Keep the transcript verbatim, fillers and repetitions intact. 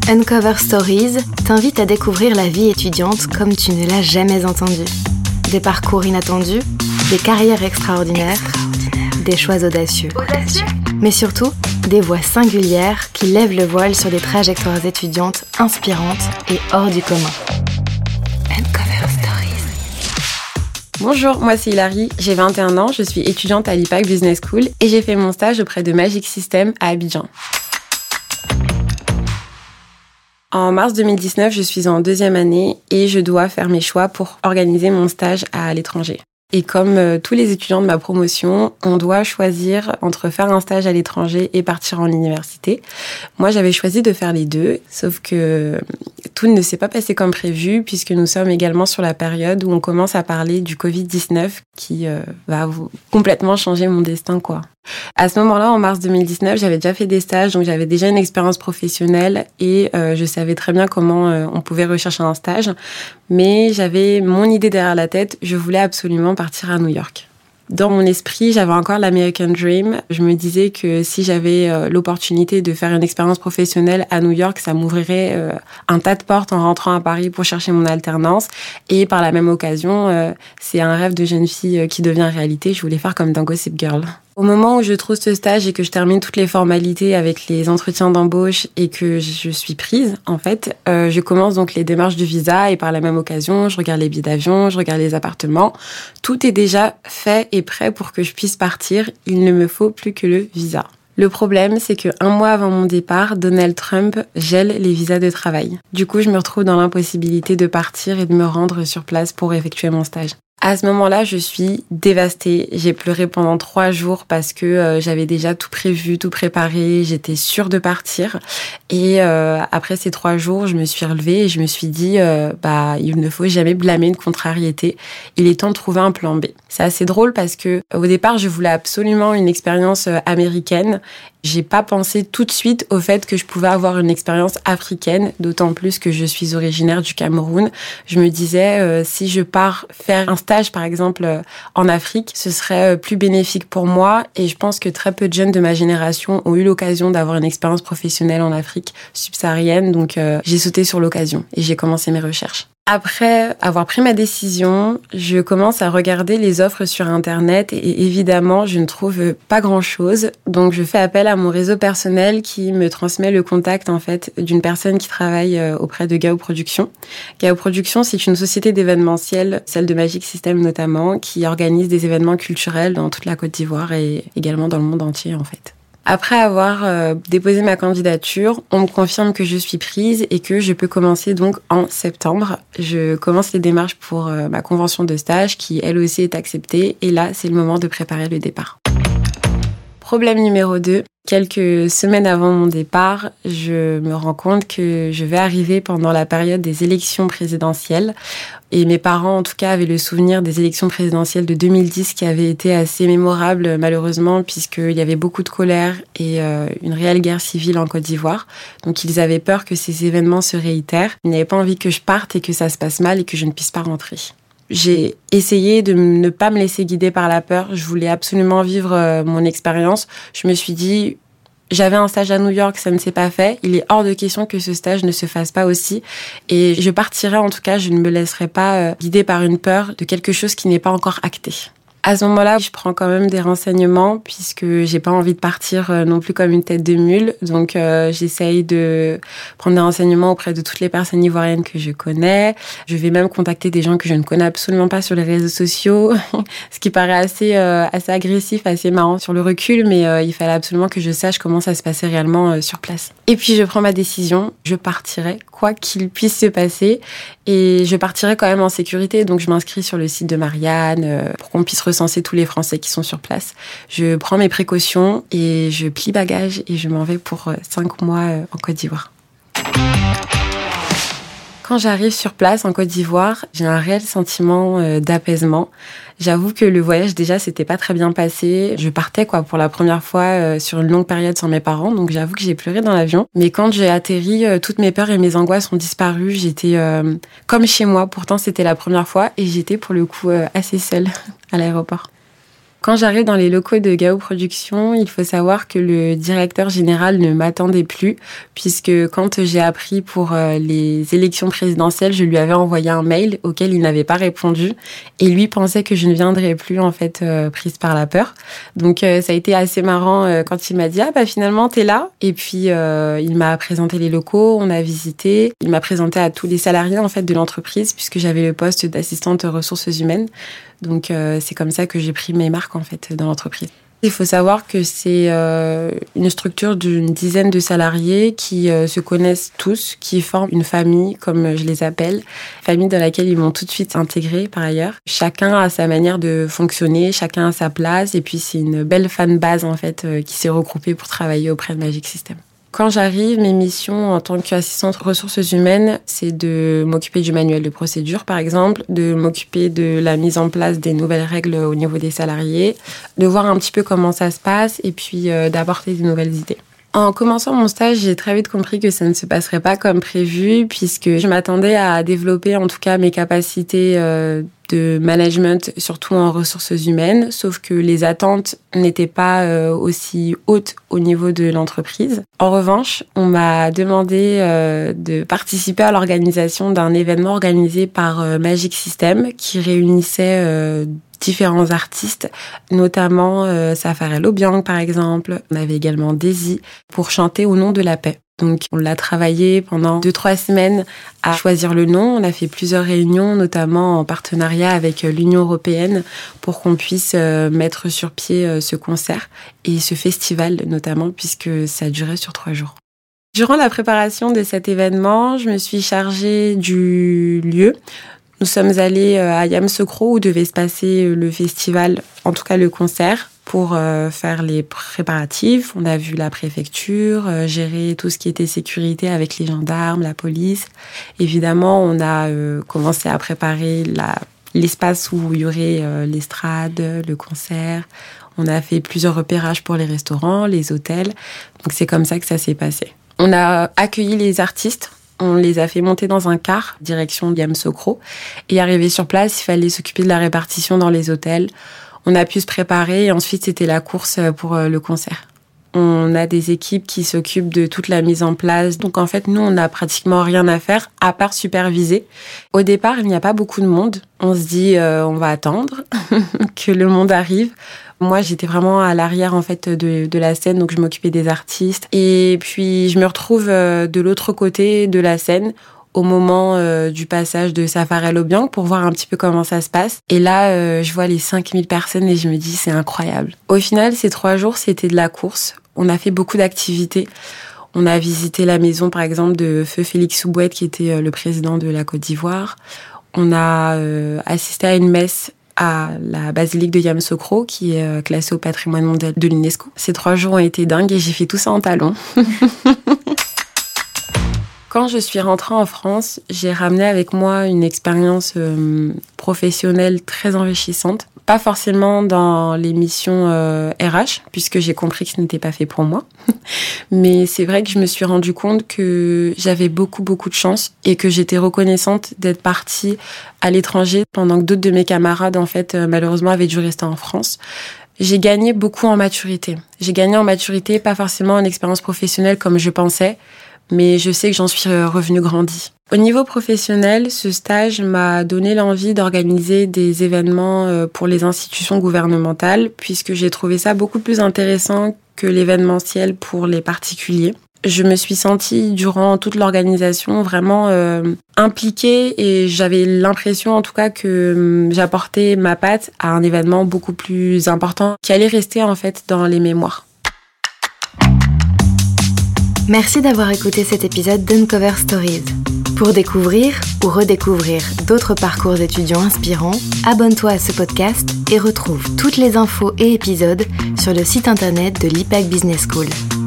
Uncover Stories t'invite à découvrir la vie étudiante comme tu ne l'as jamais entendue. Des parcours inattendus, des carrières extraordinaires, extraordinaires. Des choix audacieux. audacieux. Mais surtout, des voix singulières qui lèvent le voile sur des trajectoires étudiantes inspirantes et hors du commun. Uncover Stories. Bonjour, moi c'est Hilary, j'ai vingt et un ans, je suis étudiante à l'I P A C Business School et j'ai fait mon stage auprès de Magic System à Abidjan. En mars deux mille dix-neuf, je suis en deuxième année et je dois faire mes choix pour organiser mon stage à l'étranger. Et comme euh, tous les étudiants de ma promotion, on doit choisir entre faire un stage à l'étranger et partir en université. Moi, j'avais choisi de faire les deux, sauf que tout ne s'est pas passé comme prévu puisque nous sommes également sur la période où on commence à parler du covid dix-neuf qui euh, va complètement changer mon destin, quoi. À ce moment-là, en mars deux mille dix-neuf, j'avais déjà fait des stages, donc j'avais déjà une expérience professionnelle et euh, je savais très bien comment euh, on pouvait rechercher un stage. Mais j'avais mon idée derrière la tête, je voulais absolument partir à New York. Dans mon esprit, j'avais encore l'American Dream. Je me disais que si j'avais euh, l'opportunité de faire une expérience professionnelle à New York, ça m'ouvrirait euh, un tas de portes en rentrant à Paris pour chercher mon alternance. Et par la même occasion, euh, c'est un rêve de jeune fille euh, qui devient réalité. Je voulais faire comme dans Gossip Girl. Au moment où je trouve ce stage et que je termine toutes les formalités avec les entretiens d'embauche et que je suis prise, en fait, euh, je commence donc les démarches du visa et par la même occasion, je regarde les billets d'avion, je regarde les appartements. Tout est déjà fait et prêt pour que je puisse partir. Il ne me faut plus que le visa. Le problème, c'est que un mois avant mon départ, Donald Trump gèle les visas de travail. Du coup, je me retrouve dans l'impossibilité de partir et de me rendre sur place pour effectuer mon stage. À ce moment-là, je suis dévastée. J'ai pleuré pendant trois jours parce que euh, j'avais déjà tout prévu, tout préparé. J'étais sûre de partir. Et euh, après ces trois jours, je me suis relevée et je me suis dit, euh, bah, il ne faut jamais blâmer une contrariété. Il est temps de trouver un plan B. C'est assez drôle parce que au départ, je voulais absolument une expérience américaine. J'ai pas pensé tout de suite au fait que je pouvais avoir une expérience africaine, d'autant plus que je suis originaire du Cameroun. Je me disais, euh, si je pars faire un stage, par exemple, euh, en Afrique, ce serait euh, plus bénéfique pour moi. Et je pense que très peu de jeunes de ma génération ont eu l'occasion d'avoir une expérience professionnelle en Afrique subsaharienne. Donc, euh, j'ai sauté sur l'occasion et j'ai commencé mes recherches. Après avoir pris ma décision, je commence à regarder les offres sur Internet et évidemment, je ne trouve pas grand-chose. Donc, je fais appel à mon réseau personnel qui me transmet le contact en fait d'une personne qui travaille auprès de Gao Productions. Gao Productions, c'est une société d'événementiel, celle de Magic System notamment, qui organise des événements culturels dans toute la Côte d'Ivoire et également dans le monde entier en fait. Après avoir euh, déposé ma candidature, on me confirme que je suis prise et que je peux commencer donc en septembre. Je commence les démarches pour euh, ma convention de stage qui, elle aussi, est acceptée. Et là, c'est le moment de préparer le départ. Problème numéro deux. Quelques semaines avant mon départ, je me rends compte que je vais arriver pendant la période des élections présidentielles. Et mes parents, en tout cas, avaient le souvenir des élections présidentielles de deux mille dix qui avaient été assez mémorables, malheureusement, puisqu'il y avait beaucoup de colère et euh, une réelle guerre civile en Côte d'Ivoire. Donc, ils avaient peur que ces événements se réitèrent. Ils n'avaient pas envie que je parte et que ça se passe mal et que je ne puisse pas rentrer. J'ai essayé de ne pas me laisser guider par la peur. Je voulais absolument vivre euh, mon expérience. Je me suis dit, j'avais un stage à New York, ça ne s'est pas fait. Il est hors de question que ce stage ne se fasse pas aussi. Et je partirai, en tout cas, je ne me laisserai pas euh, guider par une peur de quelque chose qui n'est pas encore acté. À ce moment-là, je prends quand même des renseignements puisque j'ai pas envie de partir non plus comme une tête de mule. Donc, euh, j'essaye de prendre des renseignements auprès de toutes les personnes ivoiriennes que je connais. Je vais même contacter des gens que je ne connais absolument pas sur les réseaux sociaux, ce qui paraît assez euh, assez agressif, assez marrant sur le recul, mais euh, il fallait absolument que je sache comment ça se passait réellement euh, sur place. Et puis, je prends ma décision. Je partirai, quoi qu'il puisse se passer, et je partirai quand même en sécurité. Donc, je m'inscris sur le site de Marianne euh, pour qu'on puisse recenser tous les Français qui sont sur place. Je prends mes précautions et je plie bagage et je m'en vais pour cinq mois en Côte d'Ivoire. Quand j'arrive sur place en Côte d'Ivoire, j'ai un réel sentiment d'apaisement. J'avoue que le voyage, déjà, s'était pas très bien passé. Je partais, quoi, pour la première fois euh, sur une longue période sans mes parents. Donc, j'avoue que j'ai pleuré dans l'avion. Mais quand j'ai atterri, euh, toutes mes peurs et mes angoisses ont disparu. J'étais euh, comme chez moi. Pourtant, c'était la première fois et j'étais, pour le coup, euh, assez seule à l'aéroport. Quand j'arrive dans les locaux de Gao Productions, il faut savoir que le directeur général ne m'attendait plus, puisque quand j'ai appris pour les élections présidentielles, je lui avais envoyé un mail auquel il n'avait pas répondu, et lui pensait que je ne viendrais plus, en fait, euh, prise par la peur. Donc euh, ça a été assez marrant euh, quand il m'a dit « Ah bah finalement, t'es là !» Et puis euh, il m'a présenté les locaux, on a visité, il m'a présenté à tous les salariés, en fait, de l'entreprise, puisque j'avais le poste d'assistante ressources humaines. Donc euh, c'est comme ça que j'ai pris mes marques en fait dans l'entreprise. Il faut savoir que c'est euh, une structure d'une dizaine de salariés qui euh, se connaissent tous, qui forment une famille, comme je les appelle, famille dans laquelle ils vont tout de suite s'intégrer par ailleurs. Chacun a sa manière de fonctionner, chacun a sa place, et puis c'est une belle fan base en fait euh, qui s'est regroupée pour travailler auprès de Magic System. Quand j'arrive, mes missions en tant qu'assistante ressources humaines, c'est de m'occuper du manuel de procédure, par exemple, de m'occuper de la mise en place des nouvelles règles au niveau des salariés, de voir un petit peu comment ça se passe et puis euh, d'apporter de nouvelles idées. En commençant mon stage, j'ai très vite compris que ça ne se passerait pas comme prévu, puisque je m'attendais à développer en tout cas mes capacités euh, de management, surtout en ressources humaines, sauf que les attentes n'étaient pas euh, aussi hautes au niveau de l'entreprise. En revanche, on m'a demandé euh, de participer à l'organisation d'un événement organisé par euh, Magic System qui réunissait euh, différents artistes, notamment euh, Safarel Obiang par exemple. On avait également Daisy pour chanter Au nom de la paix. Donc on l'a travaillé pendant deux, trois semaines à choisir le nom. On a fait plusieurs réunions, notamment en partenariat avec l'Union européenne pour qu'on puisse euh, mettre sur pied euh, ce concert et ce festival notamment puisque ça durait sur trois jours. Durant la préparation de cet événement, je me suis chargée du lieu. Nous sommes allés à Yamoussoukro où devait se passer le festival, en tout cas le concert, pour euh, faire les préparatifs. On a vu la préfecture, euh, gérer tout ce qui était sécurité avec les gendarmes, la police. Évidemment, on a euh, commencé à préparer la, l'espace où il y aurait euh, l'estrade, le concert. On a fait plusieurs repérages pour les restaurants, les hôtels. Donc c'est comme ça que ça s'est passé. On a accueilli les artistes. On les a fait monter dans un car, direction Yamoussoukro. Et arrivé sur place, il fallait s'occuper de la répartition dans les hôtels. On a pu se préparer et ensuite, c'était la course pour le concert. On a des équipes qui s'occupent de toute la mise en place. Donc, en fait, nous, on n'a pratiquement rien à faire à part superviser. Au départ, il n'y a pas beaucoup de monde. On se dit, euh, on va attendre que le monde arrive. Moi, j'étais vraiment à l'arrière, en fait, de, de la scène, donc je m'occupais des artistes. Et puis, je me retrouve de l'autre côté de la scène au moment euh, du passage de Safarel Obiang pour voir un petit peu comment ça se passe. Et là, euh, je vois les cinq mille personnes et je me dis, c'est incroyable. Au final, ces trois jours, c'était de la course. On a fait beaucoup d'activités. On a visité la maison, par exemple, de Feu Félix Houphouët, qui était le président de la Côte d'Ivoire. On a euh, assisté à une messe à la basilique de Yamoussoukro, qui est classée au patrimoine mondial de l'UNESCO. Ces trois jours ont été dingues et j'ai fait tout ça en talons. Quand je suis rentrée en France, j'ai ramené avec moi une expérience euh, professionnelle très enrichissante. Pas forcément dans les missions euh, R H, puisque j'ai compris que ce n'était pas fait pour moi. Mais c'est vrai que je me suis rendu compte que j'avais beaucoup, beaucoup de chance et que j'étais reconnaissante d'être partie à l'étranger pendant que d'autres de mes camarades, en fait, euh, malheureusement, avaient dû rester en France. J'ai gagné beaucoup en maturité. J'ai gagné en maturité, pas forcément en expérience professionnelle comme je pensais, mais je sais que j'en suis revenue grandie. Au niveau professionnel, ce stage m'a donné l'envie d'organiser des événements pour les institutions gouvernementales, puisque j'ai trouvé ça beaucoup plus intéressant que l'événementiel pour les particuliers. Je me suis sentie, durant toute l'organisation, vraiment euh, impliquée et j'avais l'impression, en tout cas, que euh, j'apportais ma patte à un événement beaucoup plus important qui allait rester, en fait, dans les mémoires. Merci d'avoir écouté cet épisode d'Uncover Stories. Pour découvrir ou redécouvrir d'autres parcours étudiants inspirants, abonne-toi à ce podcast et retrouve toutes les infos et épisodes sur le site internet de l'I P A C Business School.